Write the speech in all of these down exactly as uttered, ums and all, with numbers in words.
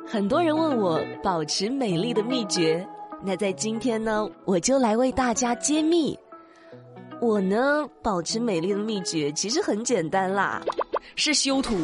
很多人问我保持美丽的秘诀，那在今天呢，我就来为大家揭秘。我呢，保持美丽的秘诀其实很简单啦，是修图。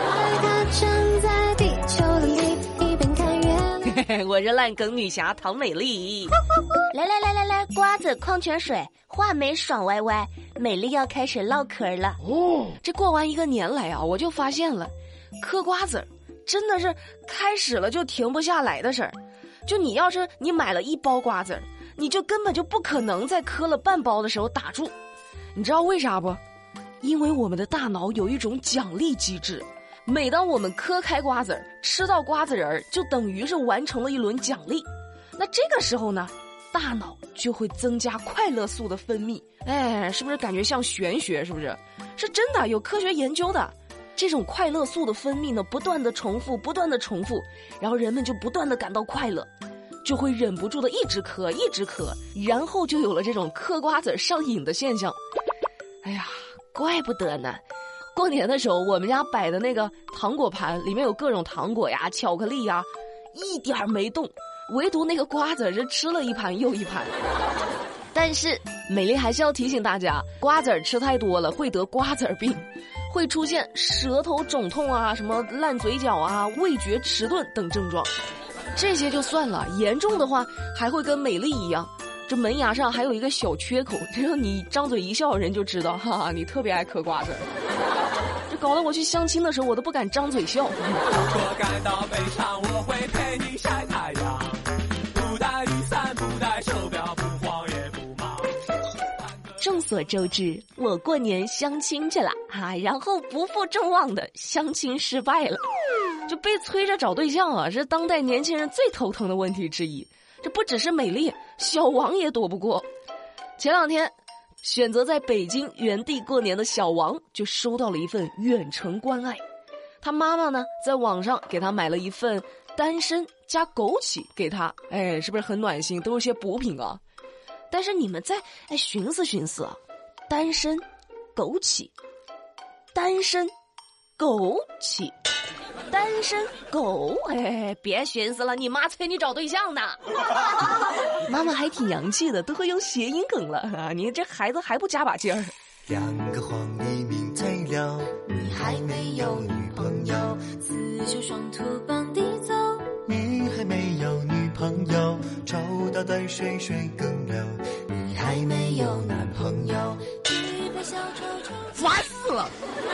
我是烂梗女侠唐美丽。 来来来来来，瓜子矿泉水，话梅爽歪歪，美丽要开始唠嗑了。 哦，这过完一个年来啊，我就发现了，嗑瓜子真的是开始了就停不下来的事儿。就你要是你买了一包瓜子，你就根本就不可能在嗑了半包的时候打住。你知道为啥不？因为我们的大脑有一种奖励机制，每当我们嗑开瓜子吃到瓜子仁就等于是完成了一轮奖励。那这个时候呢，大脑就会增加快乐素的分泌。哎，是不是感觉像玄学？是不是？是真的，有科学研究的。这种快乐素的分泌呢，不断的重复，不断的重复，然后人们就不断的感到快乐，就会忍不住的一直嗑，一直嗑，然后就有了这种嗑瓜子上瘾的现象。哎呀，怪不得呢。过年的时候，我们家摆的那个糖果盘里面有各种糖果呀、巧克力呀，一点没动，唯独那个瓜子是吃了一盘又一盘。但是美丽还是要提醒大家，瓜子吃太多了会得瓜子病，会出现舌头肿痛啊、什么烂嘴角啊、味觉迟钝等症状。这些就算了，严重的话还会跟美丽一样，这门牙上还有一个小缺口，只要你张嘴一笑，人就知道，哈哈，你特别爱嗑瓜子。这搞得我去相亲的时候，我都不敢张嘴笑。如果感到悲伤，我会陪你晒太阳，不带雨伞，不带手表，不慌也不忙。众所周知，我过年相亲去了啊，然后不负众望的相亲失败了，就被催着找对象啊，是当代年轻人最头疼的问题之一。这不只是美丽，小王也躲不过。前两天选择在北京原地过年的小王就收到了一份远程关爱。他妈妈呢，在网上给他买了一份丹参加枸杞给他，哎，是不是很暖心？都是些补品啊。但是你们再哎寻思寻思啊，丹参、枸杞、丹参、枸杞、丹参枸，哎，别寻思了，你妈催你找对象呢。妈妈还挺洋气的，都会用谐音梗了啊！你这孩子还不加把劲儿。 两个黄鹂鸣翠柳， 你还没有女朋友，刺绣双兔傍地走。 你还没有女朋友，抽到断水水更流。 你还没有男朋友，一杯小丑丑。 烦死了！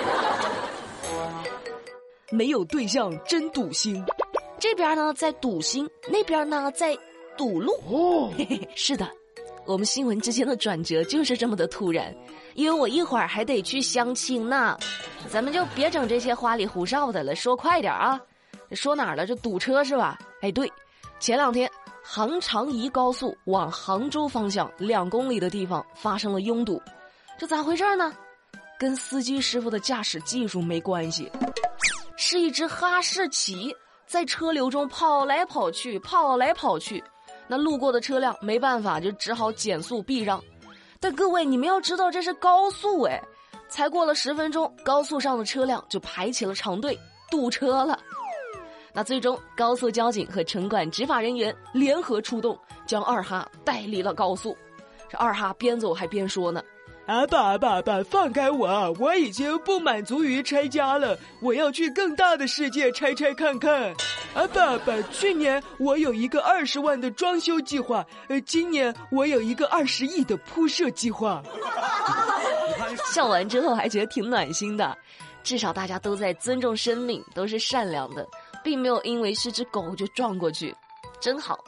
没有对象真堵心，这边呢在堵心，那边呢在堵路。哦，嘿嘿，是的，我们新闻之间的转折就是这么的突然，因为我一会儿还得去相亲呢。咱们就别整这些花里胡哨的了，说快点啊！说哪儿了？这堵车是吧？哎，对，前两天杭长宜高速往杭州方向两公里的地方发生了拥堵，这咋回事呢？跟司机师傅的驾驶技术没关系，是一只哈士奇在车流中跑来跑去，跑来跑去。那路过的车辆没办法，就只好减速避让。但各位，你们要知道这是高速哎，才过了十分钟，高速上的车辆就排起了长队，堵车了。那最终，高速交警和城管执法人员联合出动，将二哈带离了高速。这二哈边走还边说呢：“啊爸爸爸，放开我！我已经不满足于拆家了，我要去更大的世界拆拆看看。啊爸爸，去年我有一个二十万的装修计划，呃，今年我有一个二十亿的铺设计划。”笑完之后还觉得挺暖心的，至少大家都在尊重生命，都是善良的，并没有因为是只狗就撞过去，真好。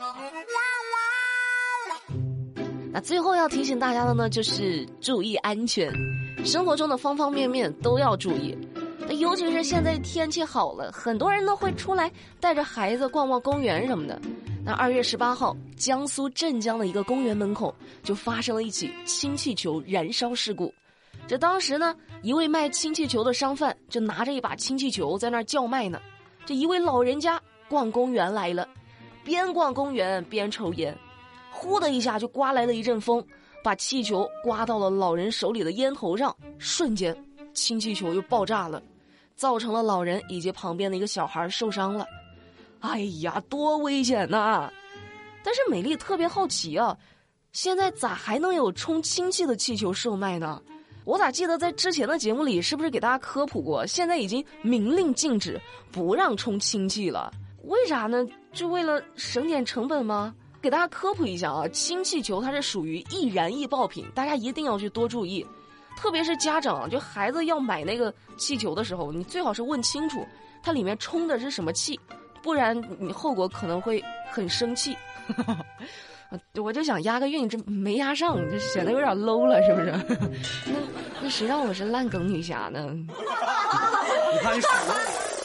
那最后要提醒大家的呢，就是注意安全，生活中的方方面面都要注意。尤其是现在天气好了，很多人都会出来带着孩子逛逛公园什么的。那二月十八号，江苏镇江的一个公园门口就发生了一起氢气球燃烧事故。这当时呢，一位卖氢气球的商贩就拿着一把氢气球在那儿叫卖呢。这一位老人家逛公园来了，边逛公园边抽烟，呼的一下就刮来了一阵风，把气球刮到了老人手里的烟头上，瞬间氢气球就爆炸了，造成了老人以及旁边的一个小孩受伤了。 哎呀，多危险呐！但是美丽特别好奇啊，现在咋还能有充氢气的气球售卖呢？我咋记得在之前的节目里是不是给大家科普过，现在已经明令禁止不让充氢气了？为啥呢？就为了省点成本吗？给大家科普一下啊，氢气球它是属于易燃易爆品，大家一定要去多注意。特别是家长，就孩子要买那个气球的时候，你最好是问清楚它里面充的是什么气，不然你后果可能会很生气。我就想押个韵，这没押上，这显得有点 low 了，是不是？那那谁让我是烂梗女侠呢？ 你看你傻了。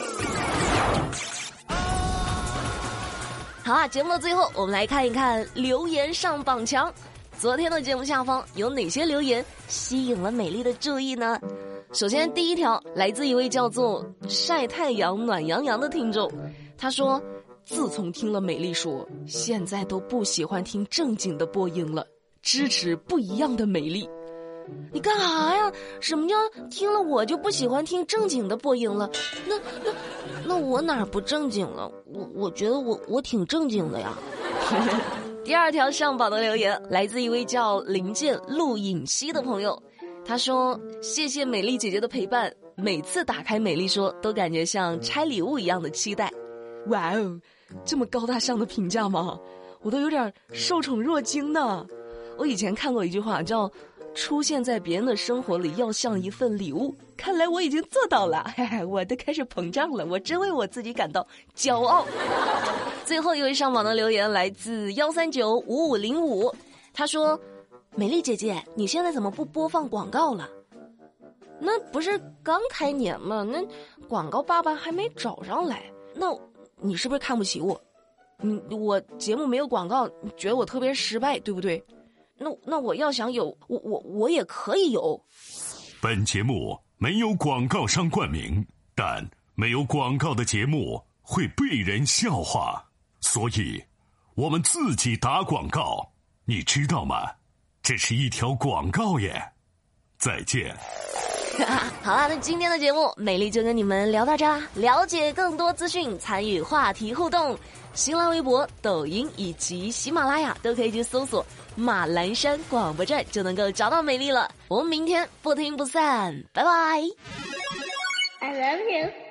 好啊，节目的最后，我们来看一看留言上榜墙。昨天的节目下方有哪些留言吸引了美丽的注意呢？首先第一条来自一位叫做晒太阳暖洋洋的听众，他说自从听了美丽说，现在都不喜欢听正经的播音了，支持不一样的美丽。你干啥呀？什么叫听了我就不喜欢听正经的播音了？那那那我哪儿不正经了？我我觉得我我挺正经的呀。第二条上榜的留言来自一位叫林健陆影熙的朋友，他说谢谢美丽姐姐的陪伴，每次打开美丽说都感觉像拆礼物一样的期待。哇哦，这么高大上的评价吗？我都有点受宠若惊呢。我以前看过一句话叫出现在别人的生活里要像一份礼物，看来我已经做到了，嘿嘿，我都开始膨胀了，我真为我自己感到骄傲。最后一位上榜的留言来自幺三九五五零五，他说美丽姐姐你现在怎么不播放广告了？那不是刚开年吗？那广告爸爸还没找上来，那你是不是看不起我？你我节目没有广告，你觉得我特别失败，对不对？那那我要想有，我我我也可以有。 本节目没有广告商冠名，但没有广告的节目会被人笑话，所以我们自己打广告，你知道吗？这是一条广告耶。再见。 好啦，那今天的节目美丽就跟你们聊到这啦。了解更多资讯，参与话题互动，新浪微博、抖音以及喜马拉雅都可以去搜索马栏山广播站，就能够找到美丽了。我们明天不听不散，拜拜。 I love you.